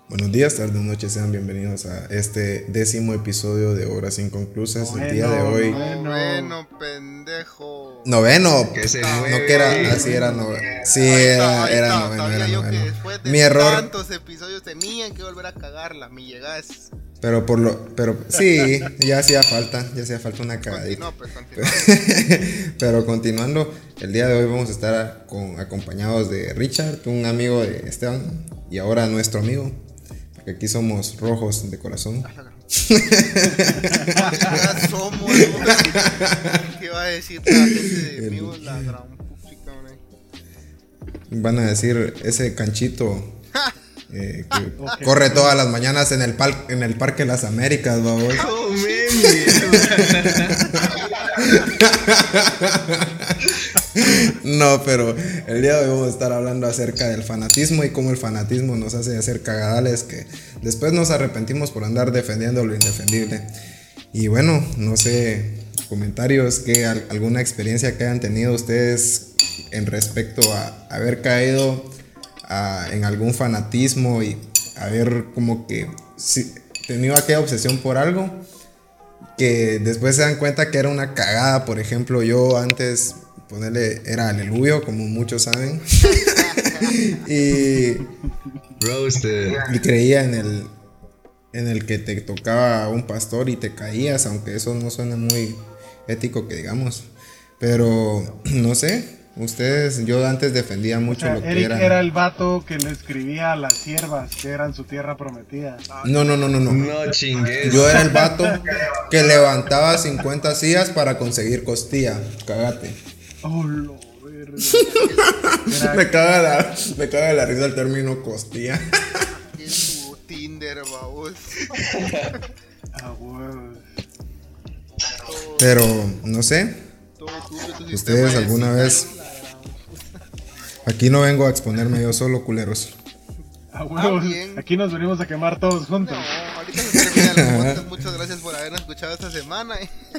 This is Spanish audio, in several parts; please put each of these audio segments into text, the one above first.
Buenos días, tardes, noches, sean bienvenidos a este 10º episodio de Horas Inconclusas. El día de hoy. Noveno, pendejo. Noveno. Que se No mueve. que era, así era noveno. Sí, era noveno, Sabía era yo que noveno. después de Mi error. tantos episodios tenían que volver a cagarla. Mi llegás. Pero sí, ya hacía falta una cagadita. Continúa. Pero continuando, el día de hoy vamos a estar acompañados de Richard, un amigo de Esteban, y ahora nuestro amigo, porque aquí somos rojos de corazón. Ya somos, güey. ¿Qué va a decir la gente de mí? La gran puchica, güey. Van a decir ese canchito que corre todas las mañanas en el Parque Las Américas, babos. ¡Oh, No, pero el día de hoy vamos a estar hablando acerca del fanatismo y cómo el fanatismo nos hace hacer cagadales que después nos arrepentimos por andar defendiendo lo indefendible. Y bueno, no sé, comentarios, alguna experiencia que hayan tenido ustedes en respecto a haber caído en algún fanatismo y haber como que tenido aquella obsesión por algo que después se dan cuenta que era una cagada. Por ejemplo, yo antes era aleluyos, como muchos saben. y creía en el que te tocaba un pastor y te caías, aunque eso no suena muy ético que digamos. Pero no sé, yo antes defendía mucho lo que Eric era. era el vato que le escribía a las siervas que eran su tierra prometida. No. No chingues. Yo era el vato que levantaba 50 sillas para conseguir costilla. Cágate. Oh, lo verga. Me caga la risa el término costilla. Es tu Tinder, babos. Ah, huevos. Pero, no sé, Todo tuyo, tu ustedes sistema de alguna vez. Aquí no vengo a exponerme yo solo, culeros. Ah, huevos. bien. Aquí nos venimos a quemar todos juntos. No, ahorita se termina el podcast. Muchas gracias por habernos escuchado esta semana.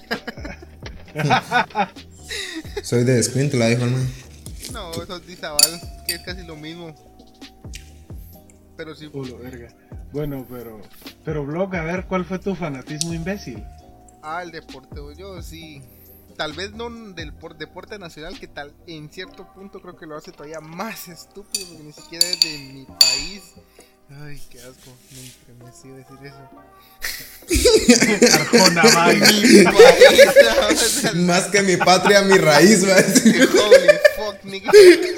Soy de Escuintla, dijo hermano. No, eso es Dizabal, que es casi lo mismo. Pero sí. Oh, lo verga. Bueno, pero Block, a ver, ¿cuál fue tu fanatismo imbécil? El deporte, güey. Yo sí. Tal vez no del deporte nacional, que tal en cierto punto creo que lo hace todavía más estúpido, porque ni siquiera es de mi país. Ay, qué asco, me estremecí decir eso. Arjona, man. Mi país, Más que mi patria, mi raíz, ¿va? holy fuck, nigga.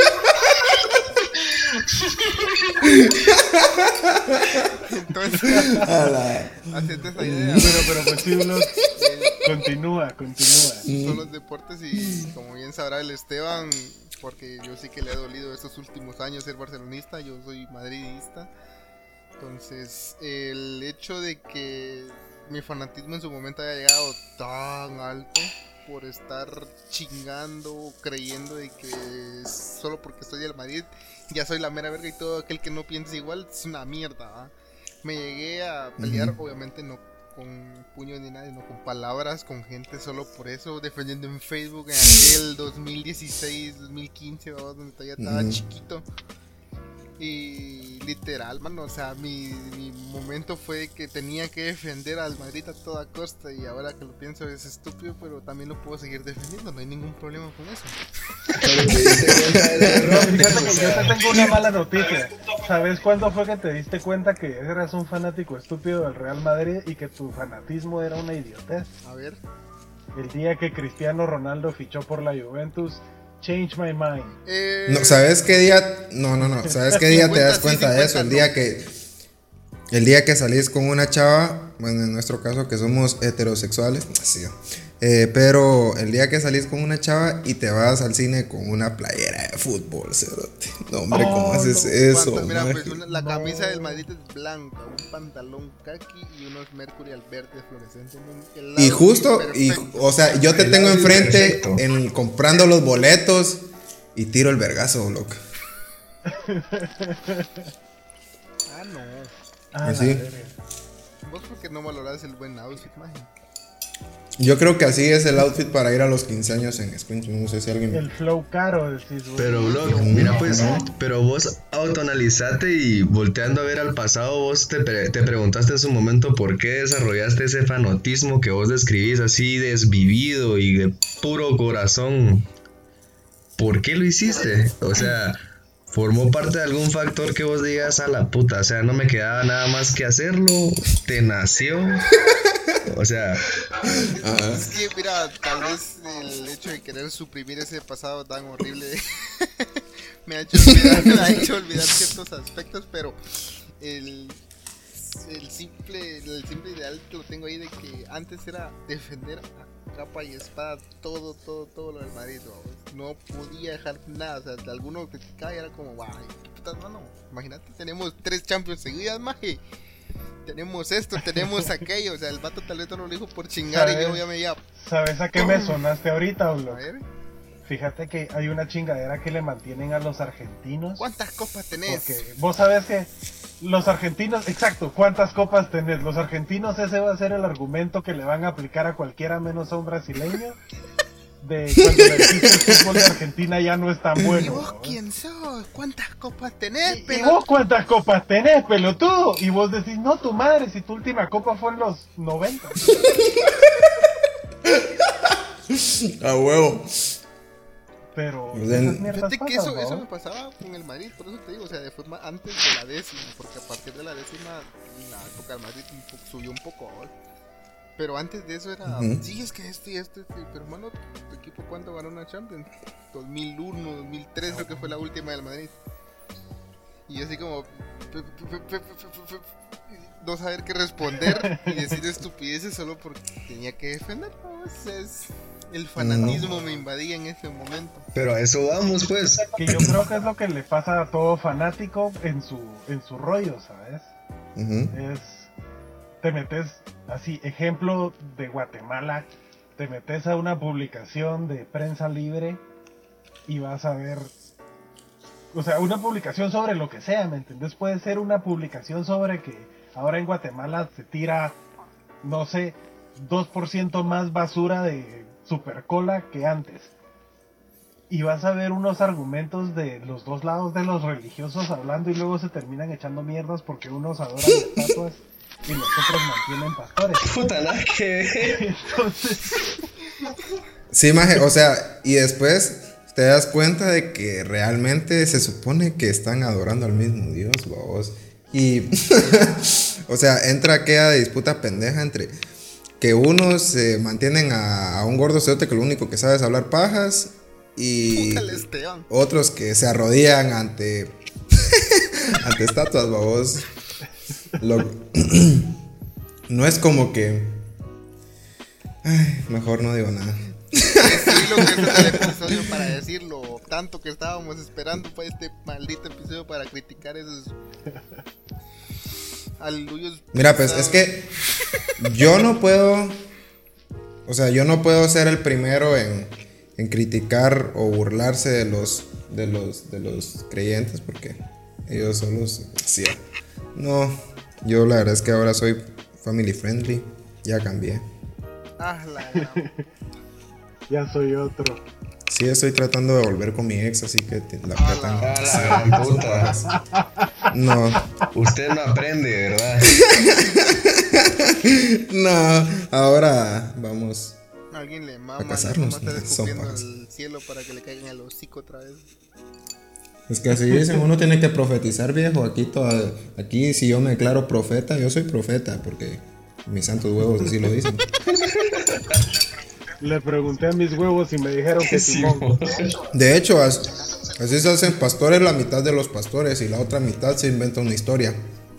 Entonces, hacete esa idea. Pero pues sí, Block. Continúa. Son los deportes y como bien sabrá el Esteban, porque yo sí que le ha dolido estos últimos años ser barcelonista, yo soy madridista. Entonces, el hecho de que mi fanatismo en su momento haya llegado tan alto por estar chingando, creyendo de que solo porque estoy del Madrid ya soy la mera verga y todo aquel que no piense igual es una mierda, ¿va? Me llegué a pelear, obviamente no con puños ni nada, sino con palabras, con gente solo por eso, defendiendo en Facebook en aquel 2016, 2015, ¿va? Donde todavía estaba chiquito. Y literal, mano, o sea, mi momento fue que tenía que defender al Madrid a toda costa. Y ahora que lo pienso es estúpido, pero también lo puedo seguir defendiendo, no hay ningún problema con eso. Fíjate que yo te tengo una mala noticia. ¿Sabes cuándo fue que te diste cuenta que eras un fanático estúpido del Real Madrid y que tu fanatismo era una idiotez? A ver. El día que Cristiano Ronaldo fichó por la Juventus. Change my mind. No, ¿sabes qué día? No. ¿Sabes qué día te das cuenta de eso? El día que salís con una chava, bueno, en nuestro caso que somos heterosexuales, así, pero el día que salís con una chava y te vas al cine con una playera de fútbol, cerote. No, hombre, ¿cómo haces eso? Mira, man? pues la camisa del Madrid es blanca, un pantalón khaki y unos Mercurial verdes fluorescentes. Y justo, o sea, yo te tengo enfrente comprando los boletos y tiro el vergazo, loco. No. Así. Vos porque no valorás el buen outfit, maje. Yo creo que así es el outfit para ir a los 15 años en Sprint. No sé si alguien. El flow caro, decís vos. Pero, Block, mira pues, pero vos autoanalizate y volteando a ver al pasado, vos te preguntaste en su momento por qué desarrollaste ese fanatismo que vos describís así desvivido y de puro corazón. ¿Por qué lo hiciste? O sea, ¿formó parte de algún factor que vos digas a la puta? O sea, no me quedaba nada más que hacerlo, te nació. O sea, Es que, mira, tal vez el hecho de querer suprimir ese pasado tan horrible me ha hecho olvidar ciertos aspectos, pero el simple ideal que lo tengo ahí de que antes era defender a capa y espada todo lo del Madrid, no podía dejar nada, o sea, de alguno que criticaba y era como, guay, qué putas, no, imagínate, tenemos 3 Champions seguidas, maje. Tenemos esto, tenemos aquello, o sea, el vato tal vez no lo dijo por chingar. ¿Sabes? Y yo ya me iba. ¿Sabes a qué me sonaste ahorita, Olo? A ver. Fíjate que hay una chingadera que le mantienen a los argentinos. ¿Cuántas copas tenés? Porque vos sabés que los argentinos, exacto, ¿cuántas copas tenés? Los argentinos, ese va a ser el argumento que le van a aplicar a cualquiera menos a un brasileño. De cuando le decís que el fútbol de Argentina ya no es tan bueno. ¿Y vos quién sos? ¿Cuántas copas tenés, ¿Y vos cuántas copas tenés, pelotudo? Y vos decís, no, tu madre, si tu última copa fue en los 90. A huevo. Pero fíjate que eso me pasaba con el Madrid, por eso te digo, o sea, de forma antes de la décima, porque a partir de la décima la época del Madrid subió un poco ahora. Pero antes de eso era, sí, es que pero hermano, ¿tu equipo cuándo ganó una Champions? 2001, 2003 creo que fue la última del Madrid. Y así como no saber qué responder y decir estupideces solo porque tenía que defender, ¿no? Es el fanatismo me invadía en ese momento. Pero a eso vamos, pues. Que yo creo que es lo que le pasa a todo fanático en su rollo, ¿sabes? Te metes, así, ejemplo de Guatemala, te metes a una publicación de prensa libre y vas a ver, o sea, una publicación sobre lo que sea, ¿me entendés? Puede ser una publicación sobre que ahora en Guatemala se tira, no sé, 2% más basura de Supercola que antes. Y vas a ver unos argumentos de los dos lados de los religiosos hablando y luego se terminan echando mierdas porque unos adoran estatuas y los otros mantienen pastores. Puta, nada que Entonces... Sí, maje, o sea, y después te das cuenta de que realmente se supone que están adorando al mismo Dios, vos. Y, o sea, entra aquella disputa pendeja entre que unos mantienen a un gordo cerote que lo único que sabe es hablar pajas y otros que se arrodillan ante ante estatuas, babos. No es como que mejor no digo nada. Decirlo que este es el episodio para decirlo tanto que estábamos esperando para este maldito episodio para criticar esos aluyos. Mira, pues es que yo no puedo, o sea, yo no puedo ser el primero en criticar o burlarse de los creyentes porque ellos solos hacían. No, yo la verdad es que ahora soy family friendly, ya cambié. Ya soy otro. Sí, estoy tratando de volver con mi ex, así que la gran puta. No. Usted no aprende, ¿verdad? No, ahora vamos. Alguien le mama, a casarnos. está escupiendo el cielo para que le caigan al hocico otra vez. Es que así dicen, uno tiene que profetizar, viejo. Aquí si yo me declaro profeta, yo soy profeta, porque mis santos huevos así lo dicen. Le pregunté a mis huevos y me dijeron que Simón. De hecho, así se hacen pastores la mitad de los pastores y la otra mitad se inventa una historia.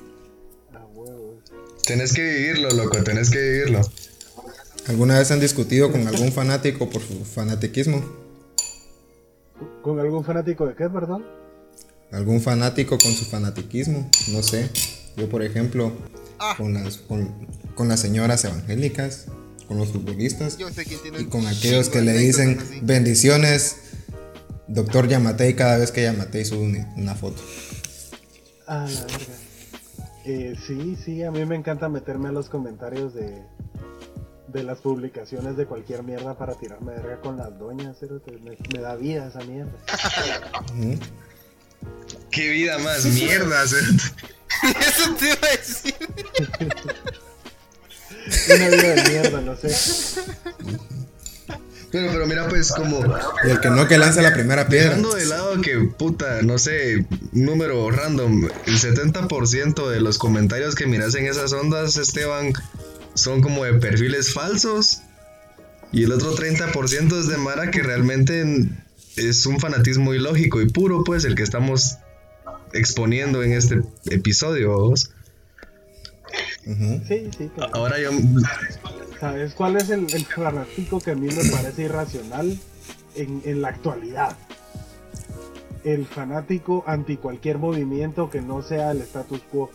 Tenés que vivirlo, loco, tenés que vivirlo. ¿Alguna vez han discutido con algún fanático por su fanatiquismo? ¿Con algún fanático de qué, perdón? ¿Algún fanático con su fanatiquismo? No sé. Yo, por ejemplo, con las señoras evangélicas, con los futbolistas y con aquellos que le dicen bendiciones, doctor Yamatei, cada vez que Yamatei sube una foto. La verga. Sí, a mí me encanta meterme a los comentarios de las publicaciones de cualquier mierda para tirarme verga con las doñas, me da vida esa mierda. Qué vida más mierda, Eso te iba a decir. Una vida de mierda, no sé. Pero mira, pues, como Y el que no, que lanza la primera piedra. dejando de lado que, puta, no sé, número random, el 70% de los comentarios que miras en esas ondas, Esteban, son como de perfiles falsos. Y el otro 30% es de Mara que realmente es un fanatismo ilógico y puro, pues, el que estamos exponiendo en este episodio, ¿vos? Ujú. Sí, claro. Ahora yo... ¿Sabes cuál es el fanático que a mí me parece irracional en la actualidad? El fanático anti cualquier movimiento que no sea el status quo.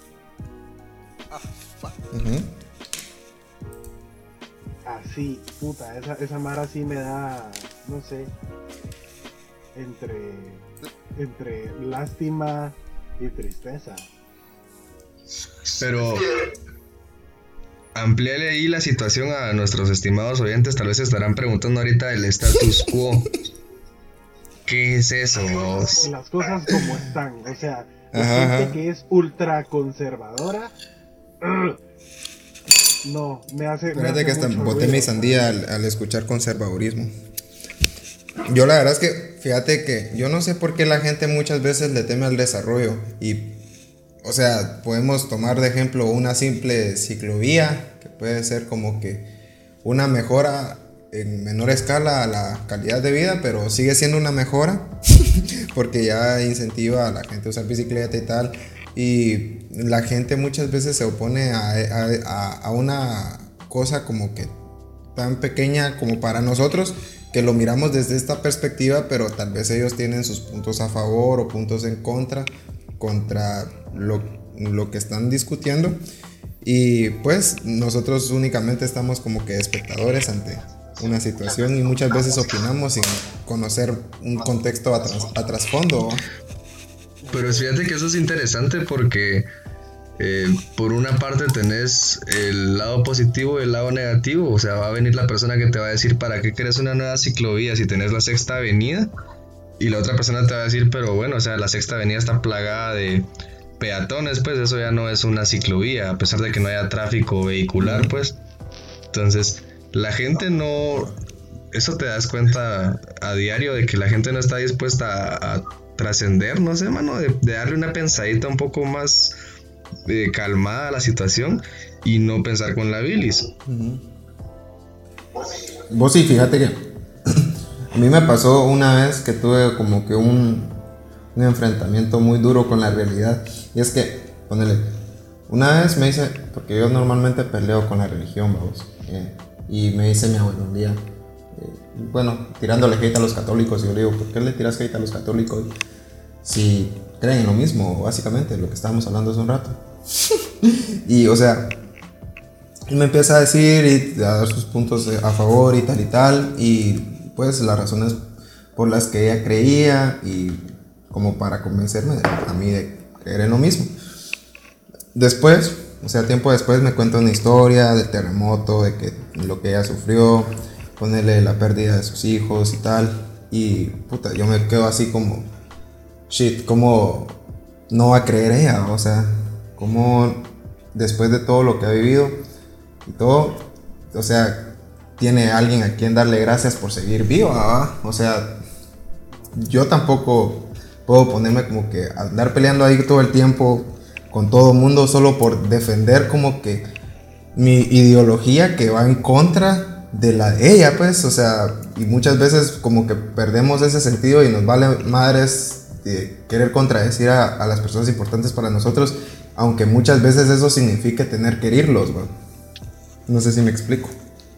Ujú. Así, puta, esa mara sí me da, no sé, entre lástima y tristeza. Pero amplíale ahí la situación a nuestros estimados oyentes. Tal vez se estarán preguntando ahorita el status quo. ¿Qué es eso, vos? Las cosas como están, o sea, la Ajá, gente ajá. que es ultra conservadora, no, me hace Fíjate que hasta mucho boté ruido. mi sandía al escuchar conservadurismo. Yo la verdad es que, fíjate que yo no sé por qué la gente muchas veces le teme al desarrollo. Y, o sea, podemos tomar de ejemplo una simple ciclovía, que puede ser como que una mejora en menor escala a la calidad de vida, pero sigue siendo una mejora, porque ya incentiva a la gente a usar bicicleta y tal. Y la gente muchas veces se opone a una cosa como que tan pequeña como para nosotros, que lo miramos desde esta perspectiva, pero tal vez ellos tienen sus puntos a favor o puntos en contra lo que están discutiendo. Y pues nosotros únicamente estamos como que espectadores ante una situación y muchas veces opinamos sin conocer un contexto a trasfondo. Pero fíjate que eso es interesante porque por una parte tenés el lado positivo y el lado negativo. O sea, va a venir la persona que te va a decir, ¿para qué querés una nueva ciclovía si tenés la Sexta Avenida? Y la otra persona te va a decir, pero bueno, o sea, la Sexta Avenida está plagada de peatones, pues eso ya no es una ciclovía, a pesar de que no haya tráfico vehicular, pues. Entonces, la gente no... Eso te das cuenta a diario de que la gente no está dispuesta a trascender, no sé, mano, de darle una pensadita un poco más calmada a la situación y no pensar con la bilis. Vos sí, fíjate que a mí me pasó una vez que tuve como que un enfrentamiento muy duro con la realidad. Y es que, ponele, una vez me dice, porque yo normalmente peleo con la religión, vamos, y me dice mi abuelo un día, bueno, tirándole hate a los católicos, y yo le digo, ¿por qué le tiras hate a los católicos si creen en lo mismo, básicamente, lo que estábamos hablando hace un rato? Y, o sea, él me empieza a decir y a dar sus puntos a favor y tal, y pues las razones por las que ella creía, y como para convencerme a mí de creer en lo mismo. Después, o sea, tiempo después me cuenta una historia del terremoto, de que lo que ella sufrió, ponerle la pérdida de sus hijos y tal, y puta, yo me quedo así como, shit, ¿cómo no va a creer ella? O sea, ¿cómo después de todo lo que ha vivido y todo, o sea, tiene alguien a quien darle gracias por seguir viva, ¿va? O sea, yo tampoco puedo ponerme como que a andar peleando ahí todo el tiempo con todo el mundo solo por defender como que mi ideología que va en contra de la de ella, pues, o sea, y muchas veces como que perdemos ese sentido y nos vale madres querer contradecir a las personas importantes para nosotros, aunque muchas veces eso signifique tener que herirlos, ¿va? No sé si me explico.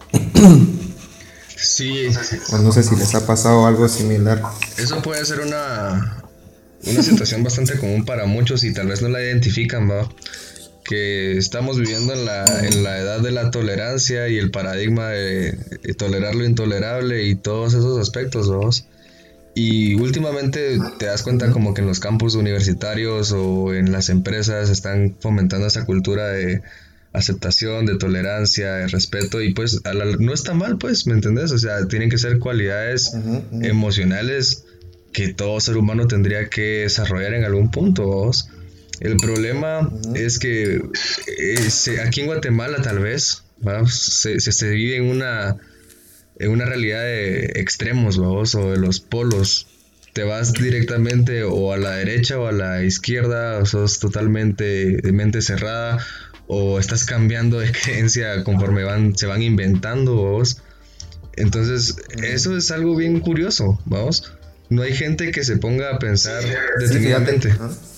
Sí, O no sé si les ha pasado algo similar. eso puede ser una situación bastante común para muchos y tal vez no la identifican, ¿va? Que estamos viviendo en la edad de la tolerancia y el paradigma de tolerar lo intolerable y todos esos aspectos, ¿vamos? Y últimamente te das cuenta como que en los campus universitarios o en las empresas están fomentando esa cultura de aceptación, de tolerancia, de respeto, y pues no está mal, pues, ¿me entendés? O sea, tienen que ser cualidades emocionales que todo ser humano tendría que desarrollar en algún punto, ¿vos? El problema es que aquí en Guatemala tal vez, ¿va? Se vive en una realidad de extremos, ¿vos? O de los polos. Te vas directamente o a la derecha o a la izquierda, o sos totalmente de mente cerrada, o estás cambiando de creencia conforme se van inventando, ¿vos? Entonces, eso es algo bien curioso, ¿vamos? No hay gente que se ponga a pensar detenidamente.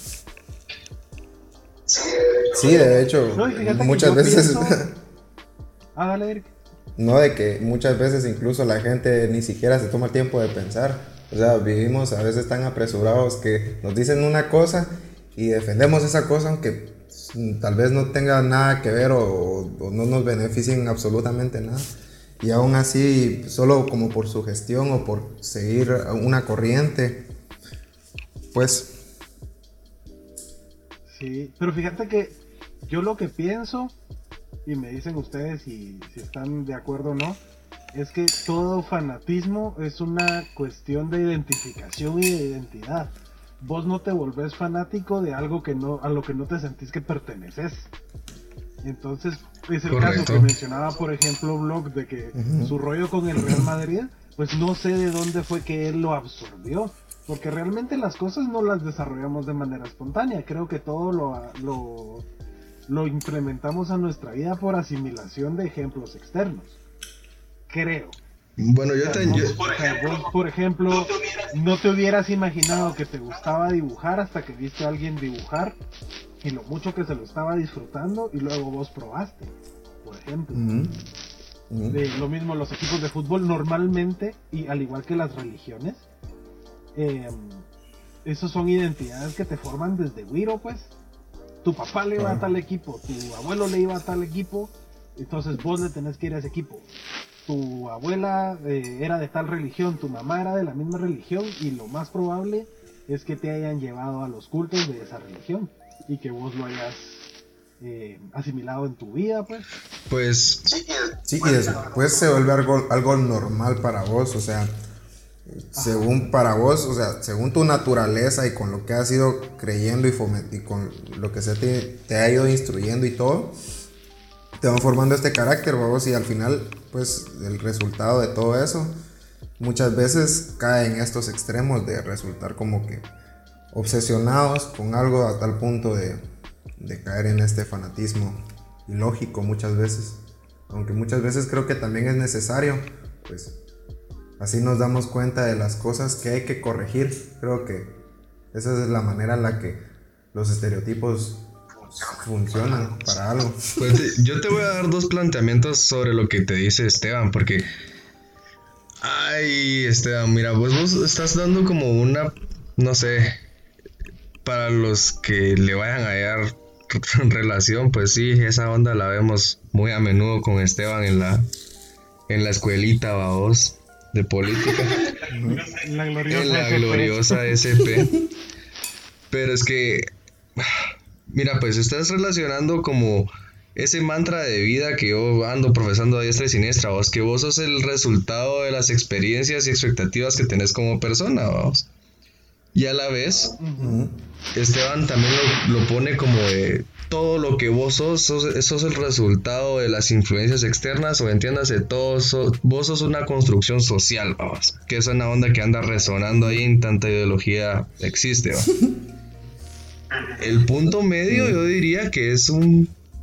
Sí, de hecho, No, y fíjate muchas que yo veces... pienso- dale, Eric. No, de que muchas veces incluso la gente ni siquiera se toma el tiempo de pensar. O sea, vivimos a veces tan apresurados que nos dicen una cosa y defendemos esa cosa aunque tal vez no tenga nada que ver o no nos beneficien absolutamente nada. Y aún así, solo como por sugestión o por seguir una corriente, pues... Sí, pero fíjate que yo lo que pienso, y me dicen ustedes si están de acuerdo o no, es que todo fanatismo es una cuestión de identificación y de identidad. Vos no te volvés fanático de algo a lo que no te sentís que perteneces. Entonces, es el Correcto. caso que mencionaba, por ejemplo, Block, de que su rollo con el Real Madrid, pues no sé de dónde fue que él lo absorbió. Porque realmente las cosas no las desarrollamos de manera espontánea. Creo que todo lo implementamos a nuestra vida por asimilación de ejemplos externos. Creo. Bueno, Vos, por ejemplo, no te hubieras imaginado que te gustaba dibujar hasta que viste a alguien dibujar y lo mucho que se lo estaba disfrutando y luego vos probaste, por ejemplo. Lo mismo los equipos de fútbol normalmente, y al igual que las religiones, esos son identidades que te forman desde güiro, pues. Tu papá le iba a tal equipo, tu abuelo le iba a tal equipo, entonces vos le tenés que ir a ese equipo. Tu abuela era de tal religión, tu mamá era de la misma religión, y lo más probable es que te hayan llevado a los cultos de esa religión y que vos lo hayas asimilado en tu vida, pues. Pues Sí, y después se vuelve algo normal para vos, o sea, según para vos, o sea, según tu naturaleza y con lo que has ido creyendo y con lo que te ha ido instruyendo y todo, te van formando este carácter, vos, y al final, pues, el resultado de todo eso, muchas veces cae en estos extremos de resultar como que obsesionados con algo a tal punto de caer en este fanatismo ilógico muchas veces, aunque muchas veces creo que también es necesario, pues así nos damos cuenta de las cosas que hay que corregir. Creo que esa es la manera en la que los estereotipos funcionan para algo. Pues yo te voy a dar dos planteamientos sobre lo que te dice Esteban, porque ay, Esteban, mira, vos estás dando como una, no sé, para los que le vayan a hallar relación, pues sí, esa onda la vemos muy a menudo con Esteban en la escuelita, vos, de política. En la gloriosa SP. Pero es que, mira, pues estás relacionando como ese mantra de vida que yo ando profesando a diestra y siniestra, vos, que vos sos el resultado de las experiencias y expectativas que tenés como persona, vos. Y a la vez, Esteban también lo pone como de todo lo que vos sos el resultado de las influencias externas, o entiéndase, vos sos una construcción social, vamos, que es una onda que anda resonando ahí en tanta ideología existe, ¿va? El punto medio yo diría que es un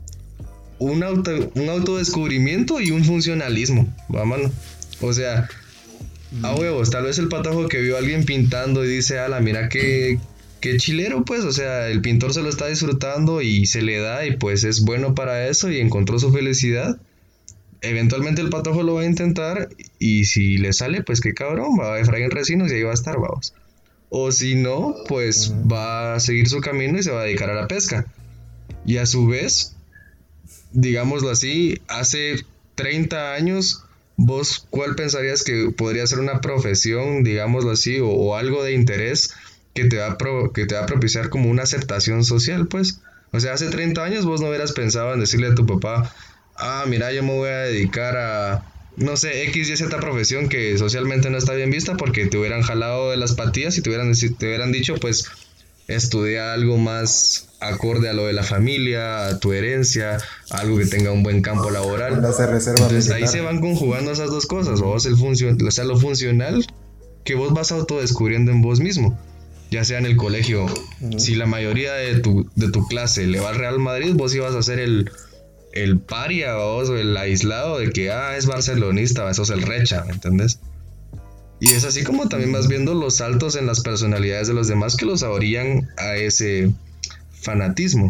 autodescubrimiento y un funcionalismo, ¿va, mano? O sea, a huevos, tal vez el patojo que vio a alguien pintando y dice, ala, mira qué chilero, pues, o sea, el pintor se lo está disfrutando y se le da y pues es bueno para eso y encontró su felicidad. Eventualmente el patojo lo va a intentar y si le sale, pues qué cabrón, va a Efraín Recinos y ahí va a estar, vamos. O si no, pues va a seguir su camino y se va a dedicar a la pesca. Y a su vez, digámoslo así, hace 30 años, ¿vos cuál pensarías que podría ser una profesión, digámoslo así, o algo de interés que te va a propiciar como una aceptación social, pues? O sea, hace 30 años vos no hubieras pensado en decirle a tu papá, mira, yo me voy a dedicar no sé, X y Z profesión que socialmente no está bien vista porque te hubieran jalado de las patillas y te hubieran dicho, pues, estudia algo más acorde a lo de la familia, a tu herencia, algo que tenga un buen campo laboral. Entonces ahí se van conjugando esas dos cosas, o sea, lo funcional que vos vas autodescubriendo en vos mismo, ya sea en el colegio. Si la mayoría de tu clase le va al Real Madrid, vos ibas a ser el paria, vos, o el aislado de que es barcelonista, eso es el recha, ¿me entendés? Y es así como también vas viendo los saltos en las personalidades de los demás que los orillan a ese fanatismo.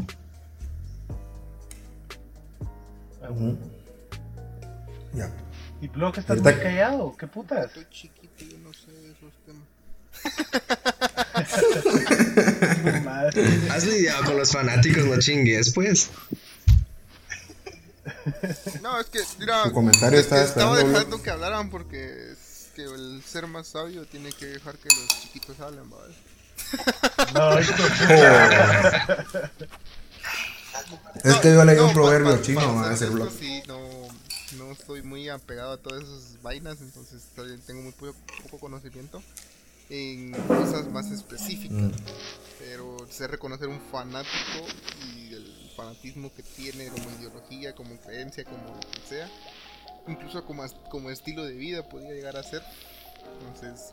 Ya. Y luego que estás muy callado, ¿qué putas? Estoy chiquito, yo no sé de esos temas. Has lidiado con los fanáticos, no chingues, pues. No, es que, mira, tu comentario estaba dejando que hablaran porque es que el ser más sabio tiene que dejar que los chiquitos hablen, ¿vale? No, esto es que yo leí un proverbio chino, va a ser blog. Sí, no estoy muy apegado a todas esas vainas, entonces tengo muy poco conocimiento en cosas más específicas, pero sé reconocer un fanático y el fanatismo que tiene como ideología, como creencia, como lo que sea, incluso como estilo de vida podría llegar a ser. Entonces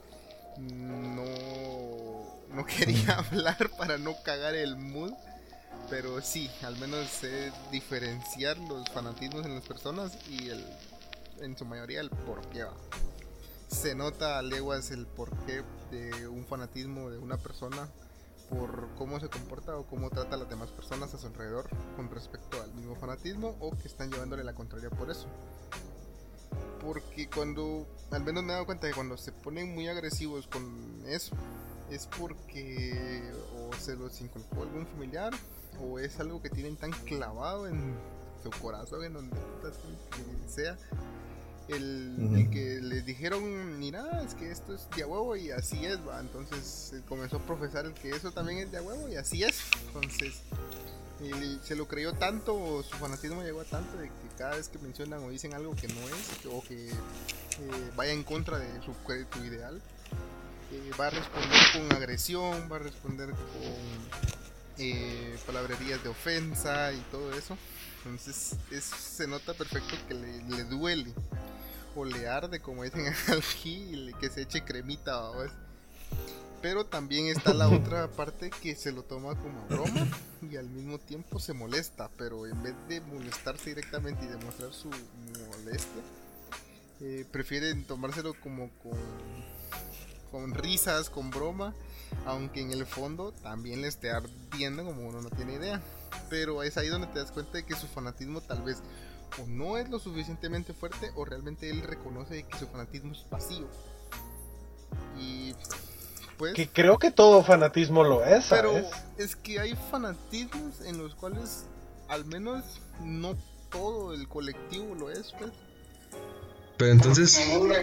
no quería hablar para no cagar el mood, pero sí, al menos sé diferenciar los fanatismos en las personas y en su mayoría el porqué. Se nota a leguas el porqué de un fanatismo de una persona por cómo se comporta o cómo trata a las demás personas a su alrededor con respecto al mismo fanatismo, o que están llevándole la contraria por eso. Porque al menos me he dado cuenta que cuando se ponen muy agresivos con eso, es porque o se los inculcó algún familiar, o es algo que tienen tan clavado en su corazón, en donde que sea, el que les dijeron, mira, es que esto es de a huevo y así es, va. Entonces comenzó a profesar el que eso también es de a huevo y así es. Entonces se lo creyó tanto, o su fanatismo llegó a tanto de que cada vez que mencionan o dicen algo que no es, o que vaya en contra de su ideal, va a responder con agresión, va a responder con palabrerías de ofensa y todo eso. Entonces se nota perfecto que le duele o le arde, como dicen aquí, que se eche cremita, ¿sabes? Pero también está la otra parte que se lo toma como broma y al mismo tiempo se molesta, pero en vez de molestarse directamente y demostrar su molestia, prefieren tomárselo como con risas, con broma, aunque en el fondo también le esté ardiendo como uno no tiene idea. Pero es ahí donde te das cuenta de que su fanatismo tal vez o no es lo suficientemente fuerte, o realmente él reconoce que su fanatismo es vacío. Y pues, que creo que todo fanatismo lo es, ¿sabes? Pero es que hay fanatismos en los cuales al menos no todo el colectivo lo es, pues. Pero entonces,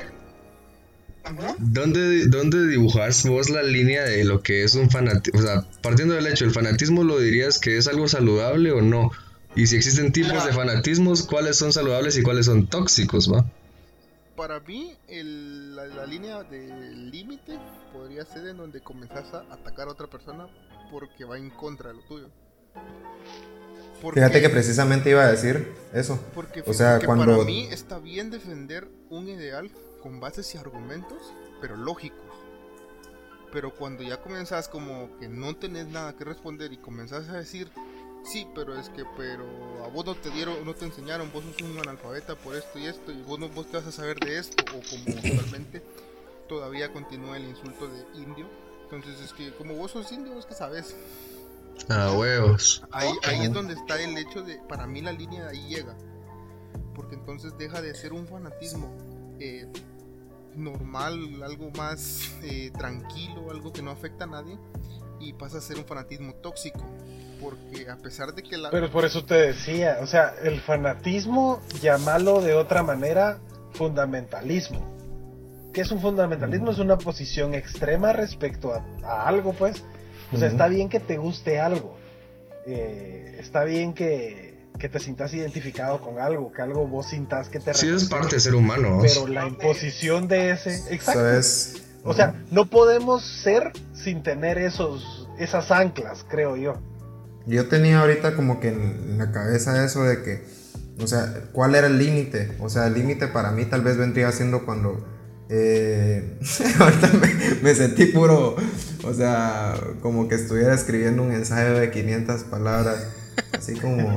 ¿dónde dibujás vos la línea de lo que es un fanatismo? O sea, partiendo del hecho, ¿el fanatismo lo dirías que es algo saludable o no? Y si existen tipos de fanatismos, ¿cuáles son saludables y cuáles son tóxicos, va? Para mí, la línea del límite podría ser en donde comenzás a atacar a otra persona porque va en contra de lo tuyo. Fíjate que precisamente iba a decir eso. Porque o sea, cuando para mí está bien defender un ideal con bases y argumentos, pero lógicos. Pero cuando ya comenzás como que no tenés nada que responder y comenzás a decir, sí, pero es que a vos no te enseñaron, vos sos un analfabeta por esto y esto, y vos te vas a saber de esto, o como actualmente todavía continúa el insulto de indio. Entonces es que como vos sos indio, vos que sabes. Huevos. Ahí es donde está el hecho de, para mí la línea de ahí llega, porque entonces deja de ser un fanatismo normal, algo más tranquilo, algo que no afecta a nadie, y pasa a ser un fanatismo tóxico. Porque a pesar de que Pero por eso te decía, o sea, el fanatismo, llámalo de otra manera, fundamentalismo. ¿Qué es un fundamentalismo? Es una posición extrema respecto a algo, pues. O sea, está bien que te guste algo. Está bien que que te sientas identificado con algo, que algo vos sintas que te Sí, es representa. parte de ser humano. Pero la imposición de ese... Exacto. ¿Sabes? O sea, no podemos ser sin tener esas anclas, creo yo. Yo tenía ahorita como que en la cabeza eso de que, o sea, ¿cuál era el límite? O sea, el límite para mí tal vez vendría siendo cuando... ahorita me sentí puro, o sea, como que estuviera escribiendo un ensayo de 500 palabras, así como...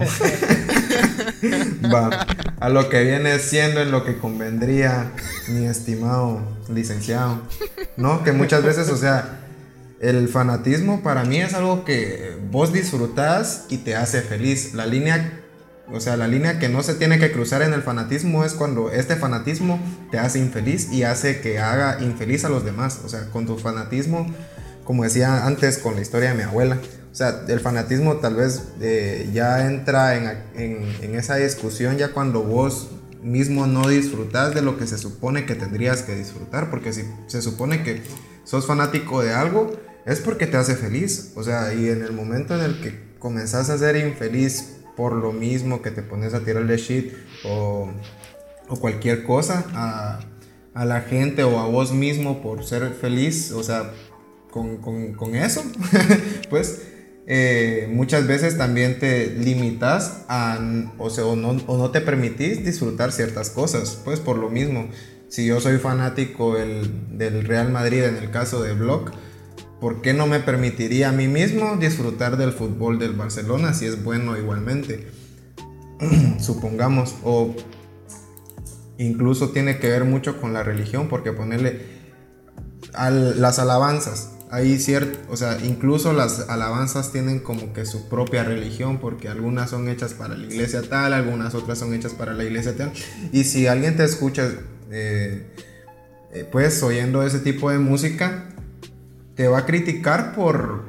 Va, a lo que viene siendo en lo que convendría, mi estimado licenciado, ¿no? Que muchas veces, o sea, el fanatismo para mí es algo que vos disfrutás y te hace feliz. La línea, o sea, la línea que no se tiene que cruzar en el fanatismo es cuando este fanatismo te hace infeliz y hace que haga infeliz a los demás. O sea, con tu fanatismo, como decía antes con la historia de mi abuela, o sea, el fanatismo tal vez ya entra en esa discusión ya cuando vos mismo no disfrutás de lo que se supone que tendrías que disfrutar, porque si se supone que sos fanático de algo, es porque te hace feliz. O sea, y en el momento en el que comenzás a ser infeliz por lo mismo, que te pones a tirarle shit o cualquier cosa a la gente o a vos mismo por ser feliz, o sea, con eso, pues muchas veces también te limitas o no te permitís disfrutar ciertas cosas, pues por lo mismo. Si yo soy fanático del Real Madrid en el caso de Block, ¿por qué no me permitiría a mí mismo disfrutar del fútbol del Barcelona si es bueno igualmente? Supongamos, o incluso tiene que ver mucho con la religión, porque ponerle las alabanzas, hay o sea, incluso las alabanzas tienen como que su propia religión, porque algunas son hechas para la iglesia tal, algunas otras son hechas para la iglesia tal, y si alguien te escucha pues oyendo ese tipo de música, te va a criticar por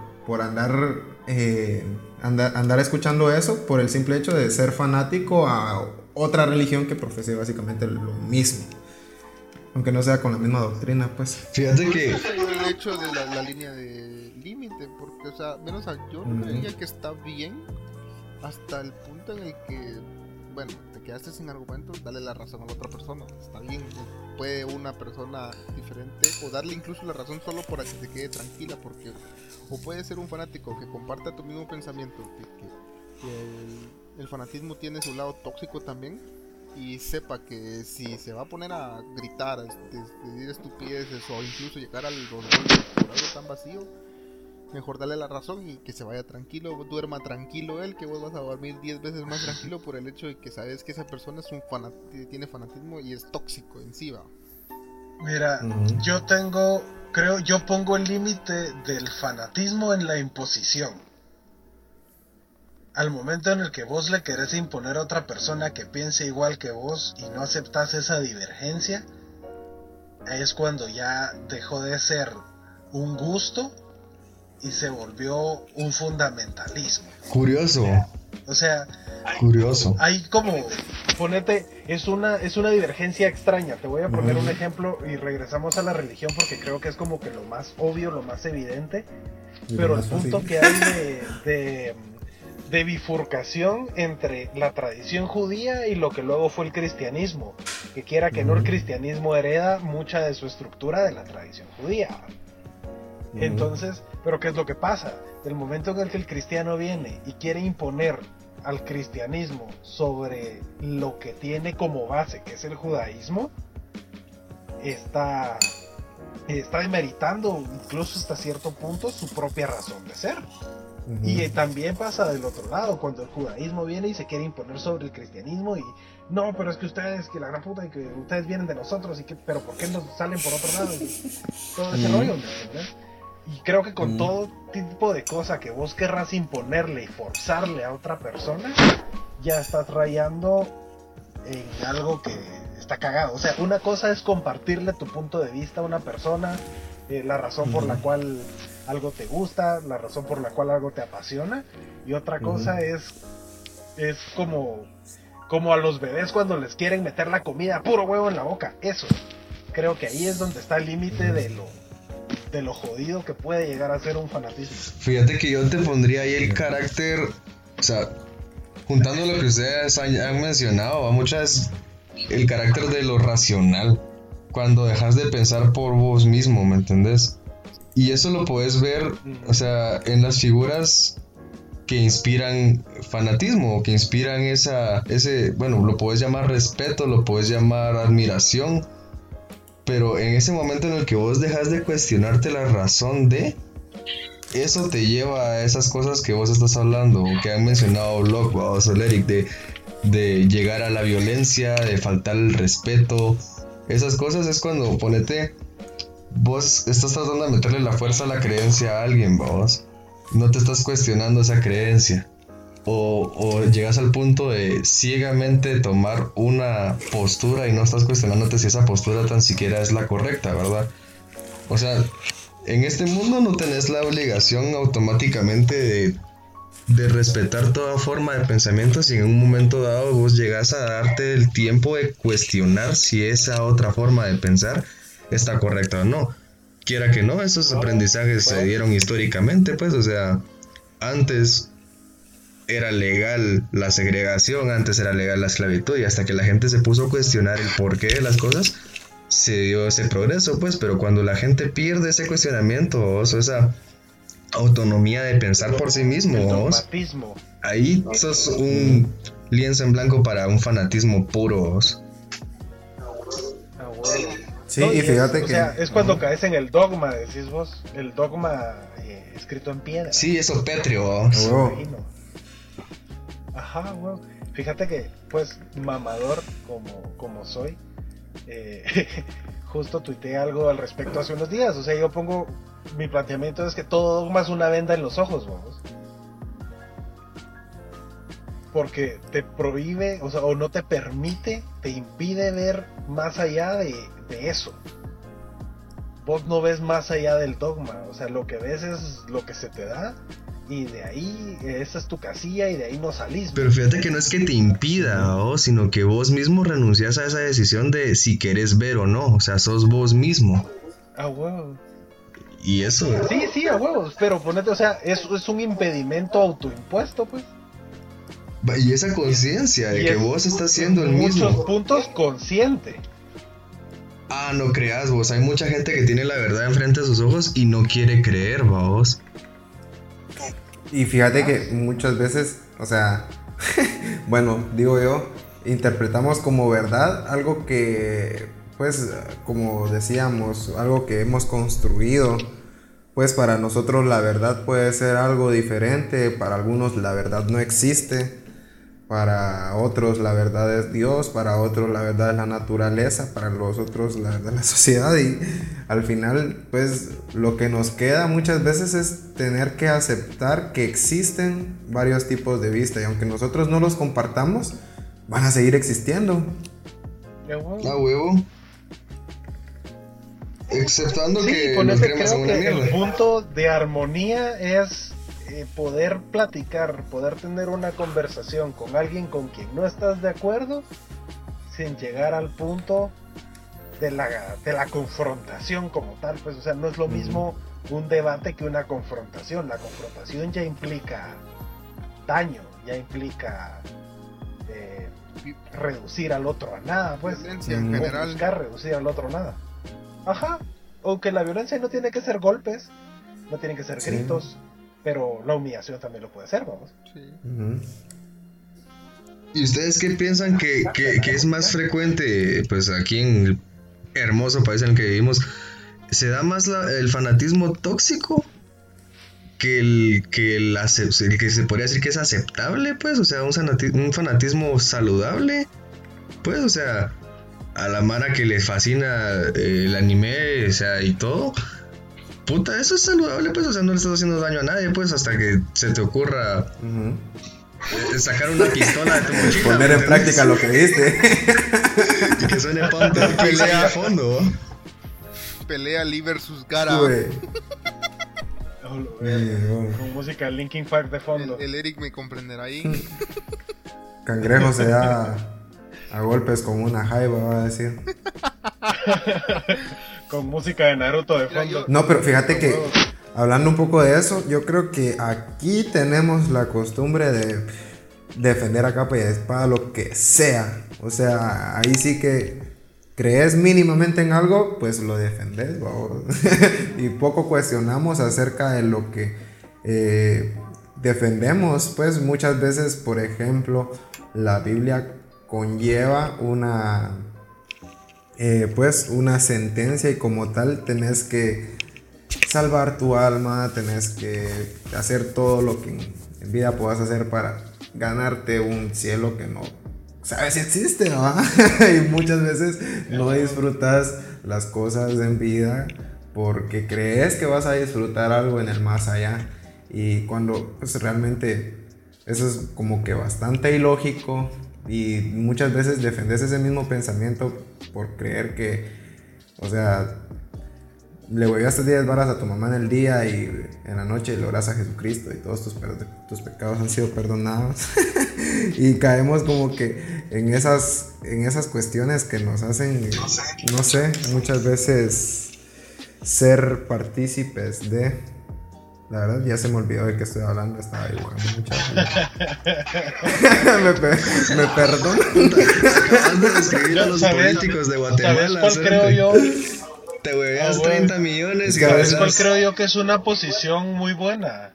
andar escuchando eso, por el simple hecho de ser fanático a otra religión que profese básicamente lo mismo, aunque no sea con la misma doctrina, pues. Fíjate que el hecho de la línea de límite, porque, o sea, menos yo no creía que está bien hasta el punto en el que, bueno, te quedaste sin argumentos, dale la razón a la otra persona, está bien, puede una persona diferente o darle incluso la razón solo para que se quede tranquila, porque o puede ser un fanático que comparta tu mismo pensamiento, que el fanatismo tiene su lado tóxico también, y sepa que si se va a poner a gritar, a decir estupideces o incluso llegar a los golpes por algo tan vacío, mejor darle la razón y que se vaya tranquilo, duerma tranquilo él, que vos vas a dormir 10 veces más tranquilo por el hecho de que sabes que esa persona es tiene fanatismo y es tóxico en sí, va. Mira, yo pongo el límite del fanatismo en la imposición. Al momento en el que vos le querés imponer a otra persona que piense igual que vos y no aceptás esa divergencia, es cuando ya dejó de ser un gusto y se volvió un fundamentalismo. curioso. O sea, Curioso. hay como, es una divergencia extraña. Te voy a poner un ejemplo y regresamos a la religión porque creo que es como que lo más obvio, lo más evidente. Pero el punto que hay de bifurcación entre la tradición judía y lo que luego fue el cristianismo, que quiera que no, el cristianismo hereda mucha de su estructura de la tradición judía. Entonces, pero ¿qué es lo que pasa? Del momento en el que el cristiano viene y quiere imponer al cristianismo sobre lo que tiene como base, que es el judaísmo, está demeritando incluso hasta cierto punto su propia razón de ser. Y también pasa del otro lado, cuando el judaísmo viene y se quiere imponer sobre el cristianismo y no, pero es que ustedes, que la gran puta, y que ustedes vienen de nosotros, y que, pero ¿por qué no salen por otro lado? Y todo ese rollo, ¿me entiendes? Y creo que con todo tipo de cosa que vos querrás imponerle y forzarle a otra persona, ya estás rayando en algo que está cagado. O sea, una cosa es compartirle tu punto de vista a una persona, la razón por la cual algo te gusta, la razón por la cual algo te apasiona, y otra cosa es como a los bebés cuando les quieren meter la comida puro huevo en la boca. Eso, creo que ahí es donde está el límite de lo jodido que puede llegar a ser un fanatismo. Fíjate que yo te pondría ahí el carácter, o sea, juntando lo que ustedes han mencionado, muchas el carácter de lo racional, cuando dejas de pensar por vos mismo, ¿me entendés? Y eso lo puedes ver, o sea, en las figuras que inspiran fanatismo, que inspiran bueno, lo puedes llamar respeto, lo puedes llamar admiración, pero en ese momento en el que vos dejas de cuestionarte la razón de, eso te lleva a esas cosas que vos estás hablando, o que han mencionado Locke o Eric, de llegar a la violencia, de faltar el respeto. Esas cosas es cuando, ponete, vos estás tratando de meterle la fuerza a la creencia a alguien, vos. No te estás cuestionando esa creencia. O llegas al punto de ciegamente tomar una postura y no estás cuestionándote si esa postura tan siquiera es la correcta, ¿verdad? O sea, en este mundo no tenés la obligación automáticamente de respetar toda forma de pensamiento si en un momento dado vos llegás a darte el tiempo de cuestionar si esa otra forma de pensar está correcta o no. Quiera que no, esos aprendizajes se dieron históricamente, pues, o sea, antes era legal la segregación, antes era legal la esclavitud, y hasta que la gente se puso a cuestionar el porqué de las cosas, se dio ese progreso, pues. Pero cuando la gente pierde ese cuestionamiento, o esa autonomía de pensar por sí mismo, ahí sos un lienzo en blanco para un fanatismo puro. Sí, no, y fíjate que... O sea, es cuando caes en el dogma, decís vos, el dogma escrito en piedra. Sí, eso pétreo. Ajá, güey. Fíjate que, pues, mamador como soy, justo tuiteé algo al respecto hace unos días. O sea, yo pongo, mi planteamiento es que todo dogma es una venda en los ojos, vamos. Porque te prohíbe, o sea, o no te permite, te impide ver más allá de eso. Vos no ves más allá del dogma, o sea, lo que ves es lo que se te da, y de ahí, esa es tu casilla, y de ahí no salís. Pero fíjate que no es que te impida, sino que vos mismo renuncias a esa decisión de si querés ver o no, o sea, sos vos mismo. Ah, huevos. Y eso... Sí, a huevos, pero ponete, o sea, eso es un impedimento autoimpuesto, pues. Y esa conciencia de que vos estás siendo el mismo. Muchos puntos consciente. Ah, no creas vos, hay mucha gente que tiene la verdad enfrente de sus ojos y no quiere creer, vos. Y fíjate que muchas veces, o sea, bueno, digo yo, interpretamos como verdad algo que, pues, como decíamos, algo que hemos construido. Pues para nosotros la verdad puede ser algo diferente, para algunos la verdad no existe. Para otros la verdad es Dios, para otros la verdad es la naturaleza, para los otros la verdad es la sociedad, y al final pues lo que nos queda muchas veces es tener que aceptar que existen varios tipos de vista, y aunque nosotros no los compartamos, van a seguir existiendo. A huevo. Exceptando que nos creemos en una mierda. El punto de armonía es poder platicar, poder tener una conversación con alguien con quien no estás de acuerdo, sin llegar al punto de la confrontación como tal, pues, o sea, no es lo mismo un debate que una confrontación. La confrontación ya implica daño, ya implica reducir al otro a nada, pues, violencia en general. Buscar reducir al otro a nada. Ajá, aunque la violencia no tiene que ser golpes, no tienen que ser gritos, pero la humillación también lo puede ser, vamos. Sí. ¿Y ustedes qué piensan que es más frecuente, pues, aquí en el hermoso país en el que vivimos? ¿Se da más el fanatismo tóxico que el que se podría decir que es aceptable, pues? O sea, un fanatismo saludable, pues, o sea, a la mara que le fascina el anime, o sea, y todo, puta, eso es saludable, pues, o sea, no le estás haciendo daño a nadie, pues, hasta que se te ocurra sacar una pistola de tu mochila. Poner en práctica lo que viste. Y que suene Panther pelea a fondo. Pelea Lee versus Gara. Con música Linkin Park de fondo. El Eric me comprenderá ahí. Cangrejo se da a golpes con una jaiba, va a decir. Con música de Naruto de fondo. No, pero fíjate que hablando un poco de eso, yo creo que aquí tenemos la costumbre de defender a capa y espada lo que sea. O sea, ahí sí que crees mínimamente en algo, pues lo defendes, y poco cuestionamos acerca de lo que defendemos. Pues muchas veces, por ejemplo, la Biblia conlleva pues una sentencia, y como tal tenés que salvar tu alma, tenés que hacer todo lo que en vida puedas hacer para ganarte un cielo que no sabes si existe, ¿no? Y muchas veces no disfrutas las cosas en vida porque crees que vas a disfrutar algo en el más allá, y cuando pues realmente eso es como que bastante ilógico, y muchas veces defendes ese mismo pensamiento por creer que, o sea, le hueveaste 10 varas a tu mamá en el día y en la noche le oras a Jesucristo y todos tus pecados han sido perdonados. Y caemos como que en esas cuestiones que nos hacen, no sé, muchas veces ser partícipes de... La verdad ya se me olvidó de qué estoy hablando, estaba dibujando mucho. me perdono. Acabas de describir a los políticos de Guatemala. ¿Sabes cuál creo yo? Te hueveas 30 millones y ¿Sabes cuál creo yo que es una posición muy buena?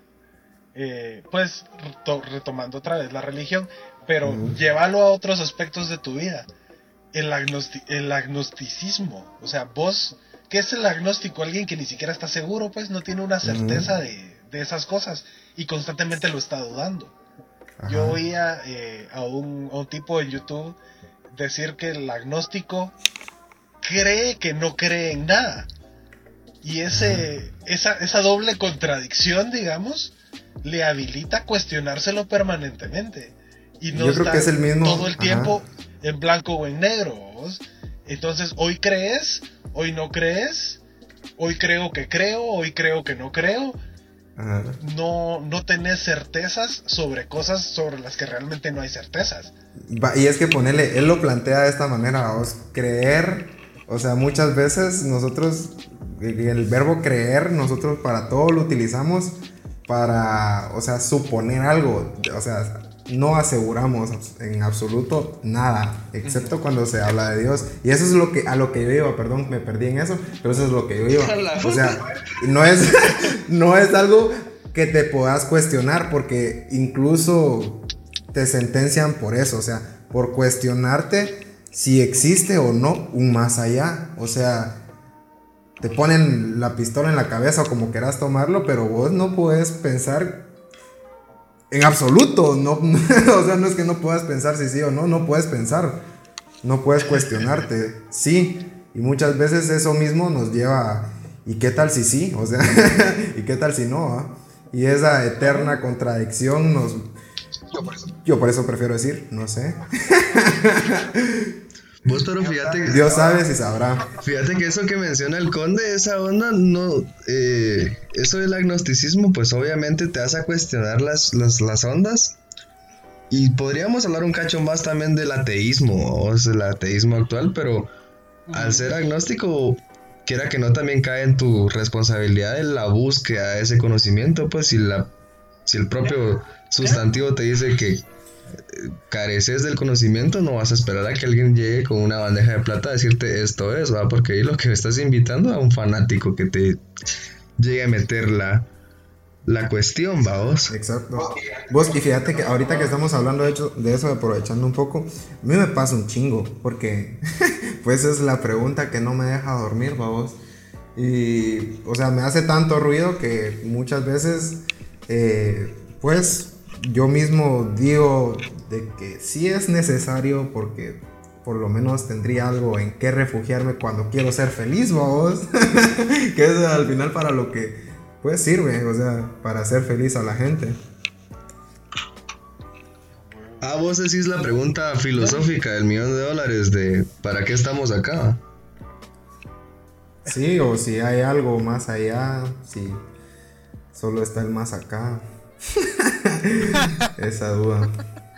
Pues retomando otra vez la religión, pero llévalo a otros aspectos de tu vida. El agnosticismo. O sea, vos, ¿qué es el agnóstico? Alguien que ni siquiera está seguro, pues no tiene una certeza de esas cosas y constantemente lo está dudando. Ajá. Yo oía a un tipo en YouTube decir que el agnóstico cree que no cree en nada. Y esa doble contradicción, digamos, le habilita a cuestionárselo permanentemente. Y no yo creo que es el mismo todo el tiempo en blanco o en negro, ¿vos? Entonces, hoy crees, hoy no crees, hoy creo, hoy creo que no creo. No tenés certezas sobre cosas sobre las que realmente no hay certezas. Y es que él lo plantea de esta manera, vamos, creer, o sea, muchas veces nosotros, el verbo creer, nosotros para todo lo utilizamos para, o sea, suponer algo, o sea, no aseguramos en absoluto nada, excepto cuando se habla de Dios. Y eso es a lo que yo iba, perdón, me perdí en eso, pero eso es lo que yo iba. O sea, no es algo que te puedas cuestionar, porque incluso te sentencian por eso, o sea, por cuestionarte si existe o no un más allá. O sea, te ponen la pistola en la cabeza o como quieras tomarlo, pero vos no puedes pensar en absoluto, no, o sea, no es que no puedas pensar si sí o no, no puedes pensar, no puedes cuestionarte, sí, y muchas veces eso mismo nos lleva a, ¿y qué tal si sí? O sea, ¿y qué tal si no? Y esa eterna contradicción yo por eso prefiero decir, no sé. Vos, pero fíjate, Dios sabe si sabrá. Fíjate que eso que menciona el conde, esa onda, no, eso del agnosticismo, pues obviamente te vas a cuestionar las ondas. Y podríamos hablar un cacho más también del ateísmo, o sea, el ateísmo actual, pero al ser agnóstico, quiera que no, también cae en tu responsabilidad de la búsqueda de ese conocimiento. Pues si el propio sustantivo te dice que careces del conocimiento, no vas a esperar a que alguien llegue con una bandeja de plata a decirte esto es, ¿va? Porque ahí lo que me estás invitando a un fanático que te llegue a meter la cuestión, ¿va vos? Exacto. Vos, y fíjate que ahorita que estamos hablando de eso, aprovechando un poco, a mí me pasa un chingo, porque pues es la pregunta que no me deja dormir, ¿va vos? Y, o sea, me hace tanto ruido que muchas veces, pues yo mismo digo de que sí es necesario, porque por lo menos tendría algo en qué refugiarme cuando quiero ser feliz, vos. Que es al final para lo que pues sirve, o sea, para hacer feliz a la gente. Vos decís la pregunta filosófica del $1,000,000 de ¿para qué estamos acá? Sí, o si hay algo más allá, si solo está el más acá. Esa duda.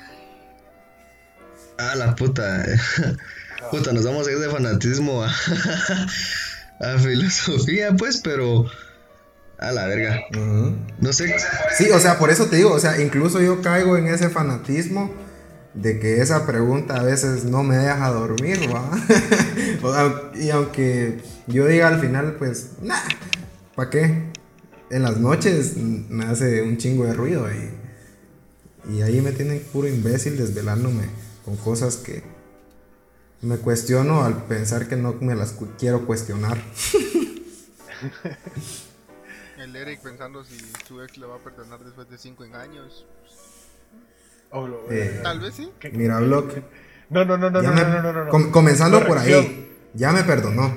La puta. Puta, nos vamos a ir de fanatismo a filosofía, pues, pero A la verga. Ujú. No sé. Sí, o sea, por eso te digo, o sea, incluso yo caigo en ese fanatismo de que esa pregunta a veces no me deja dormir, ¿va? Y aunque yo diga al final, pues, nah, ¿para qué? En las noches me hace un chingo de ruido y ahí me tienen puro imbécil desvelándome con cosas que me cuestiono al pensar que no me las quiero cuestionar. El Eric pensando si su ex le va a perdonar después de 5 años. Tal vez sí. Mira, Block. No. Ya me- comenzando por ahí, ya me perdonó.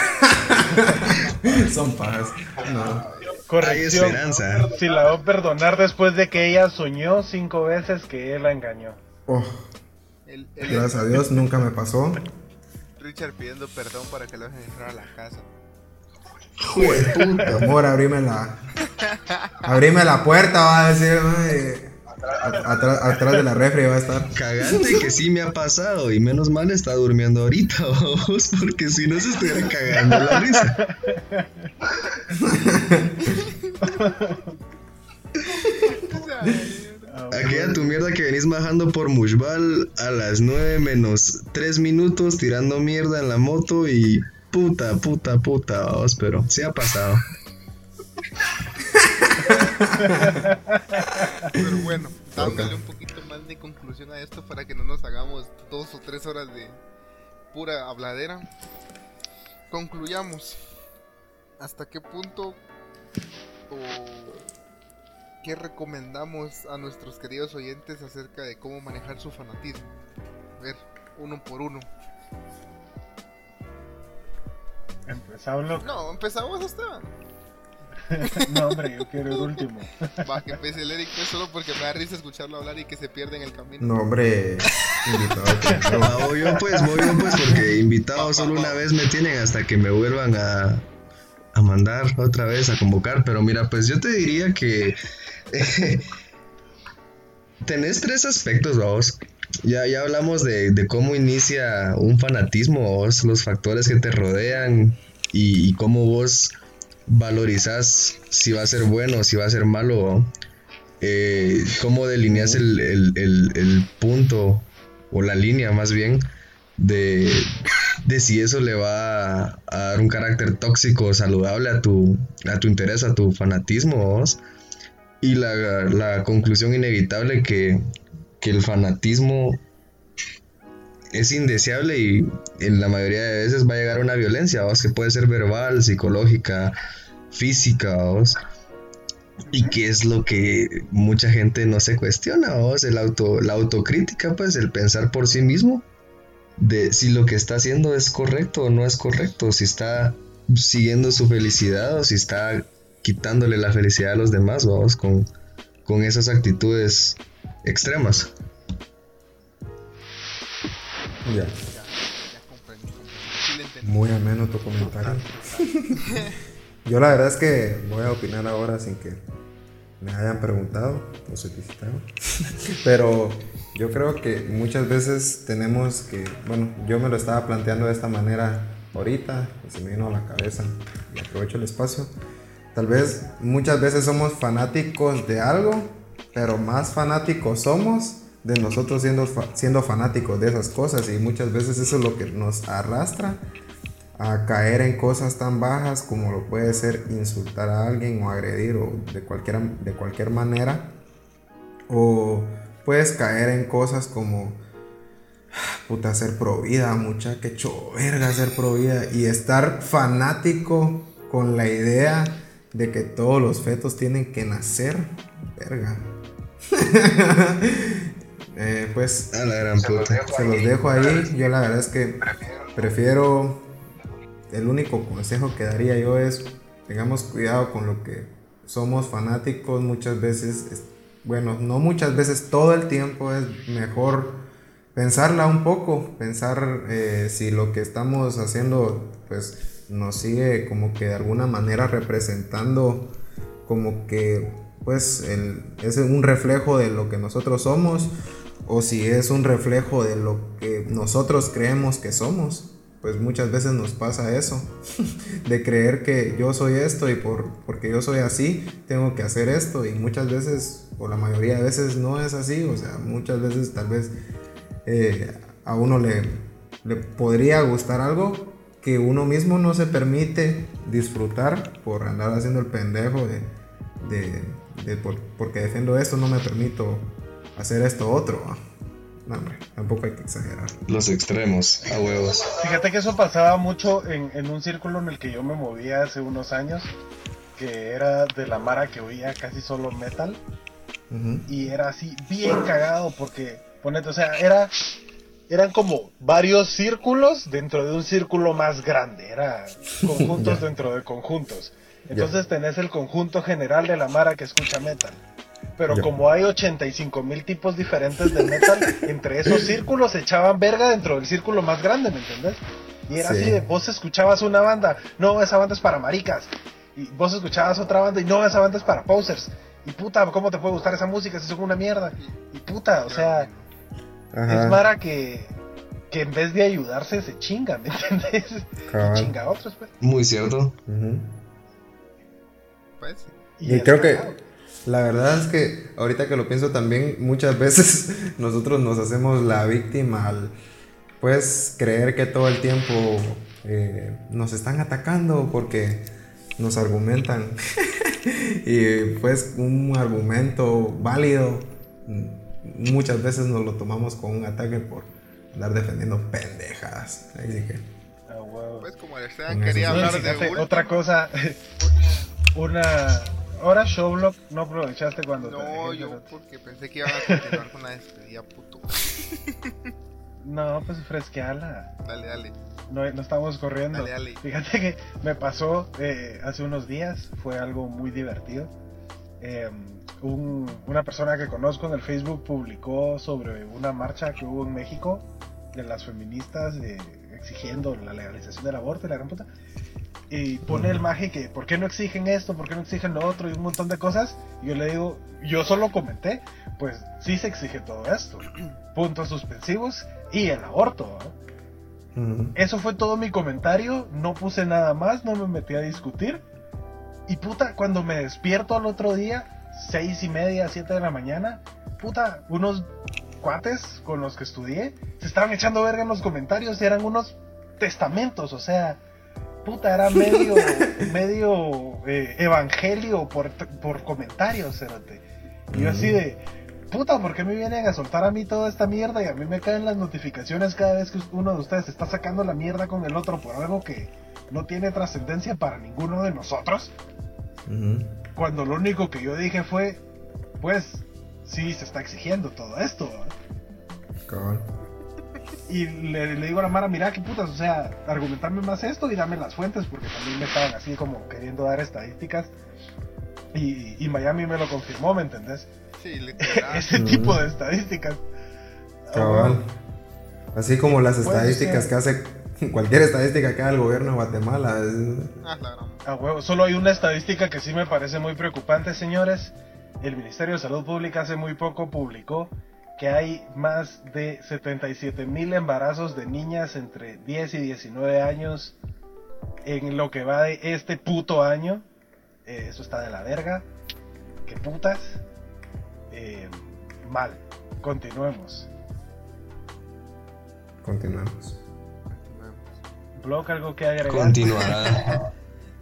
Son pajas. No. Corrección. Hay esperanza. Si la va a perdonar después de que ella soñó 5 veces que él la engañó. Oh, El gracias a Dios nunca me pasó. Richard pidiendo perdón para que lo dejen entrar a la casa. Amor, abrime la puerta, va a decir. Ay, atrás de la refri va a estar. Cagante que sí me ha pasado y menos mal está durmiendo ahorita, vos, porque si no se estuviera cagando la risa. Aquella tu mierda que venís bajando por Mushbal a las 9 menos 3 minutos tirando mierda en la moto y puta, vos, pero sí ha pasado. Pero bueno, dándole un poquito más de conclusión a esto para que no nos hagamos 2 o 3 horas de pura habladera. Concluyamos. ¿Hasta qué punto o qué recomendamos a nuestros queridos oyentes acerca de cómo manejar su fanatismo? A ver, uno por uno. Empezamos. No, empezamos, Esteban. No, hombre, yo quiero el último. Va, que empiece el Eric, pues solo porque me da risa escucharlo hablar y que se pierda en el camino. No, hombre, invitado primero. Voy yo pues, porque invitados solo una vez me tienen hasta que me vuelvan a mandar otra vez a convocar. Pero mira, pues yo te diría que tenés 3 aspectos, vos. Ya hablamos de cómo inicia un fanatismo, vos, los factores que te rodean y cómo vos valorizás si va a ser bueno o si va a ser malo, cómo delineas el punto o la línea más bien de si eso le va a dar un carácter tóxico o saludable a tu interés, a tu fanatismo, vos. Y la conclusión inevitable que el fanatismo es indeseable y en la mayoría de veces va a llegar a una violencia, ¿vos? Que puede ser verbal, psicológica, física, ¿vos? Y que es lo que mucha gente no se cuestiona, ¿vos? La autocrítica, pues, el pensar por sí mismo de si lo que está haciendo es correcto o no es correcto, si está siguiendo su felicidad o si está quitándole la felicidad a los demás, ¿vos? Con esas actitudes extremas. Ya. Ya comprendí. Sí le entendí. Muy ameno tu comentario. Yo la verdad es que voy a opinar ahora sin que me hayan preguntado o solicitado. Pero yo creo que muchas veces tenemos que, bueno, yo me lo estaba planteando de esta manera ahorita, se me vino a la cabeza y aprovecho el espacio. Tal vez muchas veces somos fanáticos de algo, pero más fanáticos somos de nosotros siendo fanáticos de esas cosas, y muchas veces eso es lo que nos arrastra a caer en cosas tan bajas como lo puede ser insultar a alguien o agredir o de cualquier manera, o puedes caer en cosas como puta, ser pro vida, mucha que verga ser pro vida, y estar fanático con la idea de que todos los fetos tienen que nacer, verga. Pues A la gran puta. se los dejo ahí. Yo la verdad es que prefiero, el único consejo que daría yo es tengamos cuidado con lo que somos fanáticos. Muchas veces, bueno, no muchas veces, todo el tiempo es mejor pensarla un poco, pensar si lo que estamos haciendo pues nos sigue como que de alguna manera representando, como que pues es un reflejo de lo que nosotros somos, o si es un reflejo de lo que nosotros creemos que somos. pues muchas veces nos pasa eso, de creer que yo soy esto y porque yo soy así, tengo que hacer esto, y muchas veces, o la mayoría de veces no es así. O sea, muchas veces tal vez a uno le podría gustar algo que uno mismo no se permite disfrutar por andar haciendo el pendejo porque defiendo esto, no me permito hacer esto otro. No, hombre, tampoco hay que exagerar. Los extremos, a huevos. Fíjate que eso pasaba mucho en un círculo en el que yo me movía hace unos años, que era de la mara que oía casi solo metal. Uh-huh. Y era así bien cagado porque, ponete, o sea, eran como varios círculos dentro de un círculo más grande, era conjuntos dentro de conjuntos. Entonces tenés el conjunto general de la mara que escucha metal. Pero como hay 85,000 tipos diferentes de metal, entre esos círculos se echaban verga dentro del círculo más grande, ¿me entendés? Y era así de, vos escuchabas una banda, no, esa banda es para maricas. Y vos escuchabas otra banda y no, esa banda es para posers. Y puta, ¿cómo te puede gustar esa música si es una mierda? Y puta, o sea, es mara que en vez de ayudarse se chinga, ¿me entendés? Y chinga a otros, pues. Muy cierto. Uh-huh. Pues. Y creo que la verdad es que ahorita que lo pienso también, muchas veces nosotros nos hacemos la víctima al pues creer que todo el tiempo nos están atacando porque nos argumentan. Y pues un argumento válido muchas veces nos lo tomamos con un ataque por andar defendiendo pendejadas. Ahí sí que pues como el Esteban quería hablar de otra cosa. Ahora Showblock no aprovechaste cuando no, yo porque pensé que iban a continuar con la despedida, puto. No, pues fresqueala. Dale. No estamos corriendo. Dale. Fíjate que me pasó hace unos días, fue algo muy divertido. Una persona que conozco en el Facebook publicó sobre una marcha que hubo en México de las feministas exigiendo la legalización del aborto y la gran puta. Y pone el maje que ¿por qué no exigen esto? ¿Por qué no exigen lo otro? Y un montón de cosas. Y yo le digo, yo solo comenté, pues sí se exige todo esto. Puntos suspensivos y el aborto, ¿no? Eso fue todo mi comentario, no puse nada más, no me metí a discutir. Y puta, cuando me despierto al otro día, 6:30, 7 de la mañana, puta, unos cuates con los que estudié se estaban echando verga en los comentarios y eran unos testamentos, o sea, puta, era medio evangelio por comentarios, cerote. Y yo así de, puta, ¿por qué me vienen a soltar a mí toda esta mierda? Y a mí me caen las notificaciones cada vez que uno de ustedes está sacando la mierda con el otro por algo que no tiene trascendencia para ninguno de nosotros. Cuando lo único que yo dije fue, pues, sí, se está exigiendo todo esto. Cabal. Y le digo a la mara, mira, qué putas, o sea, argumentarme más esto y dame las fuentes, porque también me estaban así como queriendo dar estadísticas. Y Miami me lo confirmó, ¿me entendés? Sí, literal. Ese tipo de estadísticas. Cabal. Así como las estadísticas que hace cualquier estadística que haga el gobierno de Guatemala. A huevo, solo hay una estadística que sí me parece muy preocupante, señores. El Ministerio de Salud Pública hace muy poco publicó que hay más de 77,000 embarazos de niñas entre 10 y 19 años en lo que va de este puto año. Eso está de la verga. ¿Qué putas? Mal. Continuemos. Block, ¿algo que agregar? Continuará.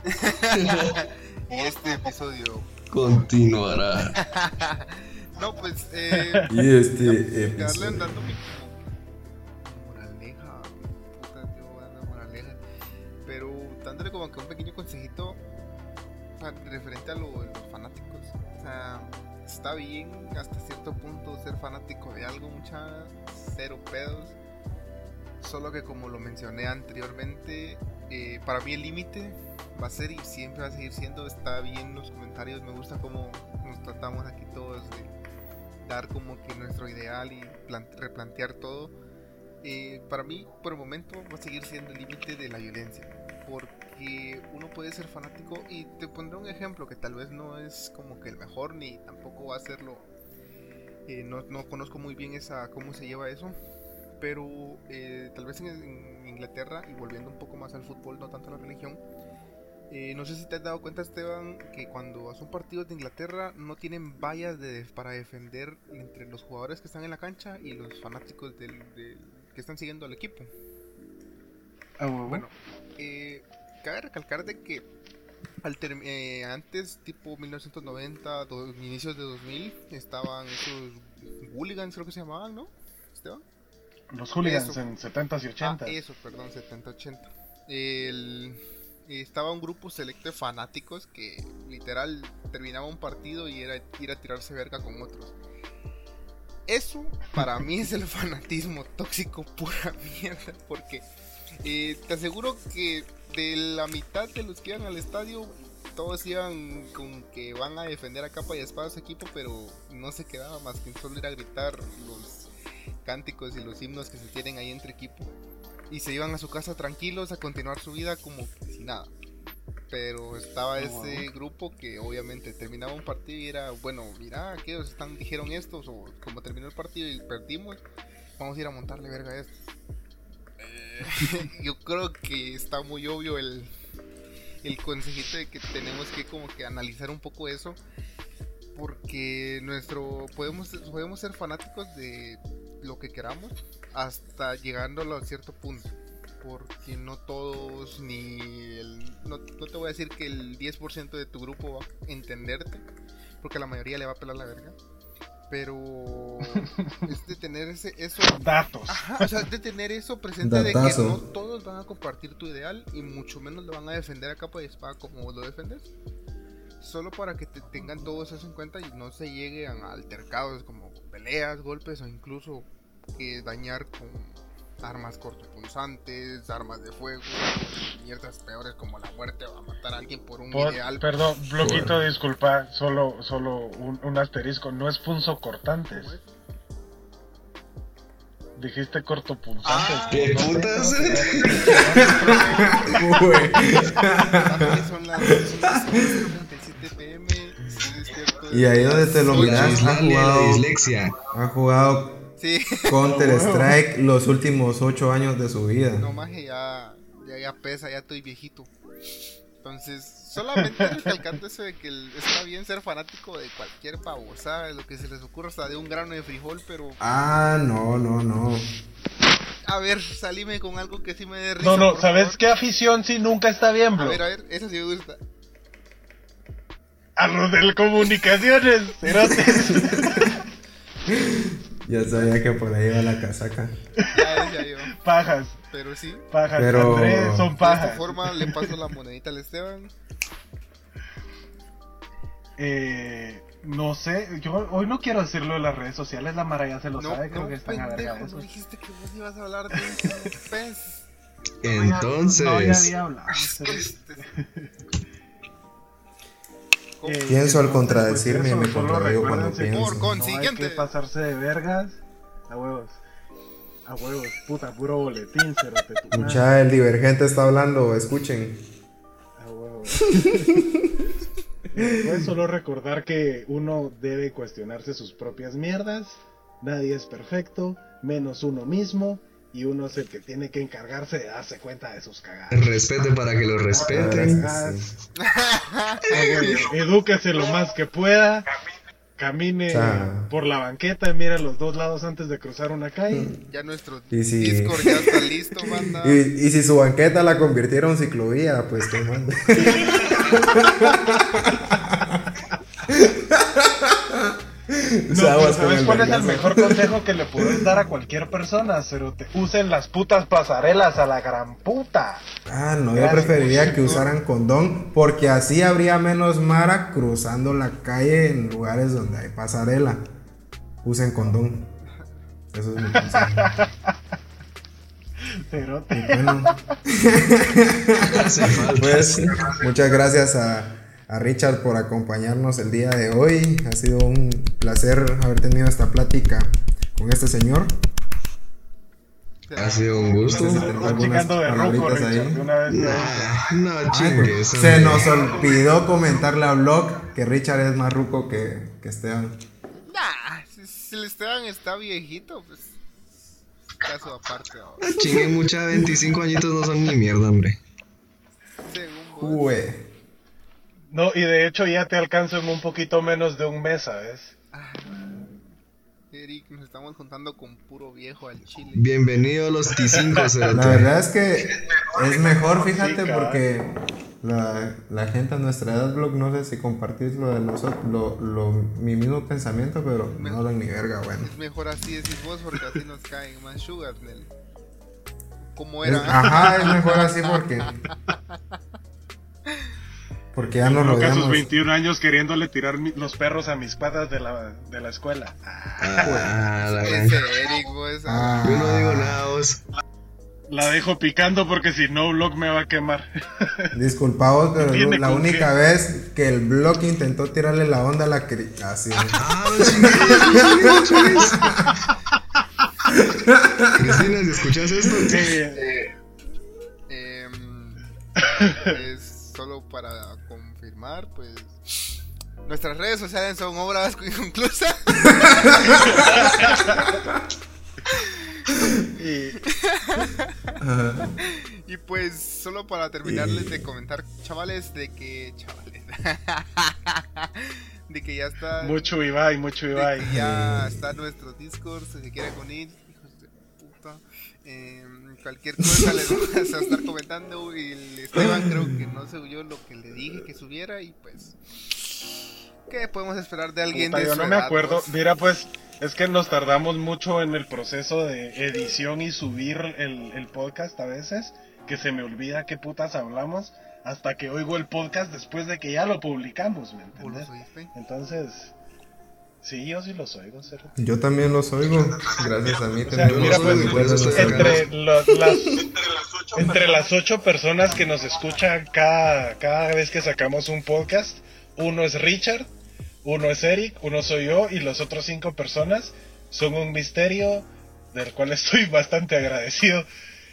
Y este episodio continuará. No, pues, y este episodio dando mi moraleja, puta, yo dando moraleja, pero dándole como que un pequeño consejito referente a los fanáticos. O sea, está bien hasta cierto punto ser fanático de algo, cero pedos. Solo que como lo mencioné anteriormente, para mí el límite va a ser y siempre va a seguir siendo, está bien los comentarios, me gusta cómo nos tratamos aquí todos de dar como que nuestro ideal y replantear todo. Para mí por el momento va a seguir siendo el límite de la violencia, porque uno puede ser fanático y te pondré un ejemplo que tal vez no es como que el mejor ni tampoco va a serlo, no conozco muy bien cómo se lleva eso. pero tal vez en Inglaterra, y volviendo un poco más al fútbol, no tanto a la religión, no sé si te has dado cuenta, Esteban, que cuando son partidos de Inglaterra no tienen vallas para defender entre los jugadores que están en la cancha y los fanáticos que están siguiendo al equipo. Bueno, cabe recalcar de que antes, tipo 1990, inicios de 2000, estaban esos hooligans, creo que se llamaban, ¿no, Esteban? Los hooligans en 70s y 80s. Eso, perdón, 70-80. Estaba un grupo selecto de fanáticos que literal terminaba un partido y era ir a tirarse verga con otros. Eso para mí es el fanatismo tóxico pura mierda, porque te aseguro que de la mitad de los que iban al estadio, todos iban con que van a defender a capa y espada a su equipo, pero no se quedaba más que solo ir a gritar los cánticos y los himnos que se tienen ahí entre equipo, y se iban a su casa tranquilos a continuar su vida como si nada. Pero estaba ese grupo que obviamente terminaba un partido y era, bueno, mira, aquellos dijeron estos, o como terminó el partido y perdimos, vamos a ir a montarle verga a estos. Yo creo que está muy obvio el consejito de que tenemos que como que analizar un poco eso, porque podemos ser fanáticos de lo que queramos hasta llegándolo a cierto punto, porque no todos, no te voy a decir que el 10% de tu grupo va a entenderte, porque la mayoría le va a pelar la verga, pero es de tener eso datos. Ajá, o sea, de tener eso presente. Datazo. De que no todos van a compartir tu ideal y mucho menos lo van a defender a capa y espada como lo defendes, solo para que te tengan todos eso en cuenta y no se lleguen a altercados como peleas, golpes o incluso dañar con armas cortopunzantes, armas de fuego, mierdas peores como la muerte o a matar a alguien por un ideal. Perdón, Bloquito, disculpa, solo un asterisco, no es punzocortantes. Dijiste cortopunzantes. ¿Qué putas? Son las 37 pm. Y ahí donde te lo miras, ha jugado sí. Counter Strike los últimos 8 años de su vida. No, maje, ya pesa, ya estoy viejito. Entonces, solamente recalcando eso de que está bien ser fanático de cualquier babosada, de lo que se les ocurra, hasta de un grano de frijol, pero... No. A ver, salime con algo que sí me dé risa. No, ¿sabes favor? ¿Qué afición sí nunca está bien, bro? A ver, eso sí me gusta. A los de comunicaciones, cerotes. Ya sabía que por ahí iba la casaca. Ya yo. Pajas. Pero sí. Pajas, pero... Andrés, son pajas. De esta forma le paso la monedita al Esteban. No sé, yo hoy no quiero decirlo en las redes sociales, la Mara ya se lo sabe, creo que están a verga eso. No dijiste que vos ibas a hablar de un pez. Entonces... No, ya había hablado. Pienso al contradecirme y me contradigo cuando pienso. Por consiguiente, no hay que pasarse de vergas. A huevos, puta, puro boletín, cerote. Mucha, el Divergente está hablando, escuchen. A huevos. Pues solo recordar que uno debe cuestionarse sus propias mierdas. Nadie es perfecto, menos uno mismo. Y uno es el que tiene que encargarse de darse cuenta de sus cagadas. Respete para que lo respeten. Edúquese lo más que pueda. Camine por la banqueta y mira los dos lados antes de cruzar una calle. Ya nuestro Discord ya está listo, banda. Y si su banqueta la convirtieron en ciclovía, pues qué mal. No, ¿sabes cuál es el mejor consejo que le puedes dar a cualquier persona? Cerote, usen las putas pasarelas a la gran puta. No, yo preferiría que usaran condón, porque así habría menos mara cruzando la calle en lugares donde hay pasarela. Usen condón. Eso es mi consejo. Cerote. Y bueno, pues muchas gracias a Richard por acompañarnos el día de hoy. Ha sido un placer haber tenido esta plática con este señor. Ha sido un gusto. Chingando de ruco, Richard, de una vez. No chingues. Se nos olvidó comentarle a Vlog que Richard es más ruco que Esteban. Si el Esteban está viejito, pues caso aparte. ¿No? Chingue mucha, 25 añitos no son ni mierda, hombre. Según vos. Ué. No, y de hecho ya te alcanzo en un poquito menos de un mes, ¿sabes? Eric, nos estamos juntando con puro viejo al chile. Bienvenido a los T5, cerote. La verdad es que es mejor, fíjate, Sí, porque la gente a nuestra edad, blog, no sé si compartís lo de nosotros, mi mismo pensamiento, pero no hablan ni verga, bueno. Es mejor así decís vos porque así nos caen más sugar, Nel. ¿Cómo Es- era? ajá, es mejor así porque ya nos Loca, sus rodeamos. 21 años queriéndole tirar los perros a mis patas de la escuela. La gran... Ese Eric, vos. Ah. Yo no digo nada, vos. La dejo picando porque si no, Blog me va a quemar. Disculpaos, pero Tiene la con única qué. vez que el blog intentó tirarle la onda a la así. Cristina, si escuchas esto, Es solo para confirmar, pues. Nuestras redes sociales son obras inconclusas. Y pues, solo para terminarles de comentar, chavales, de que ya está. Mucho Ibai, de que ya está nuestro Discord, si se quieren unir, hijos de puta. Cualquier cosa les vamos a estar comentando. Y el Esteban creo que no se oyó lo que le dije que subiera. Y pues, ¿qué podemos esperar de alguien Puta, de yo su no me edad, acuerdo. vos? Mira, pues, es que nos tardamos mucho en el proceso de edición y subir el podcast a veces, que se me olvida qué putas hablamos, hasta que oigo el podcast después de que ya lo publicamos, ¿me ¿Vos entiendes? los oíste? Entonces, sí, yo sí los oigo, cero. Yo también los oigo, gracias a mí. O sea, también mira, los pues, oigo, por eso estoy entre las 8 personas que nos escuchan cada vez que sacamos un podcast, uno es Richard, uno es Eric, uno soy yo, y los otros 5 personas son un misterio del cual estoy bastante agradecido.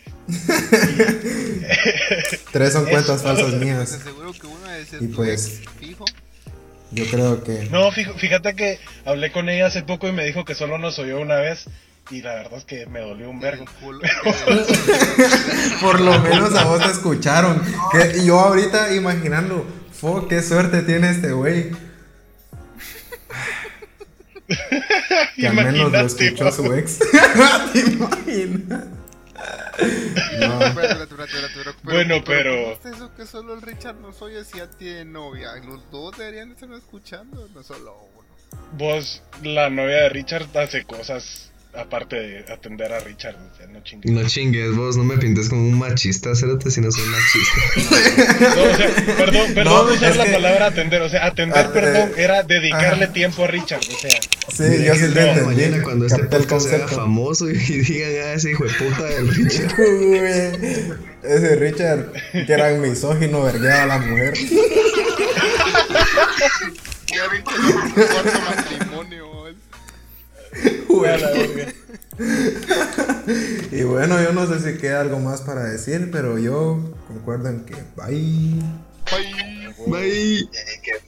3 son cuentas Eso. falsas Pues mías. aseguro que una es Y tu pues- ex fijo. Yo creo que No, fíjate que hablé con ella hace poco y me dijo que solo nos oyó una vez, y la verdad es que me dolió un vergo. por lo menos a vos te escucharon. Que yo ahorita imaginando, qué suerte tiene este güey. Que al menos lo Imagínate, escuchó su ex. ¿Te imaginas? No, Espérate, Bueno, pero- ¿cómo es eso que solo el Richard nos oye si ya tiene novia? Los dos deberían estar escuchando, no solo uno. Vos, la novia de Richard, hace cosas aparte de atender a Richard, o sea, no chingues. No chingues, vos, no me pintes como un machista, cerote, si no soy machista. No, o sea, perdón No, usar es la que- palabra atender, o sea, atender, perdón, era dedicarle ajá. tiempo a Richard, o sea. sí, yo sí te No, entendí. mañana cuando este Capté el podcast sea concepto. famoso y digan, ese hijo de puta del Richard. Uy, ese Richard, que era misógino, vergueaba a la mujer. Ya viste el cuarto matrimonio. Uy. A la verga. Y bueno, yo no sé si queda algo más para decir, pero yo concuerdo en que bye. Bye. Bye.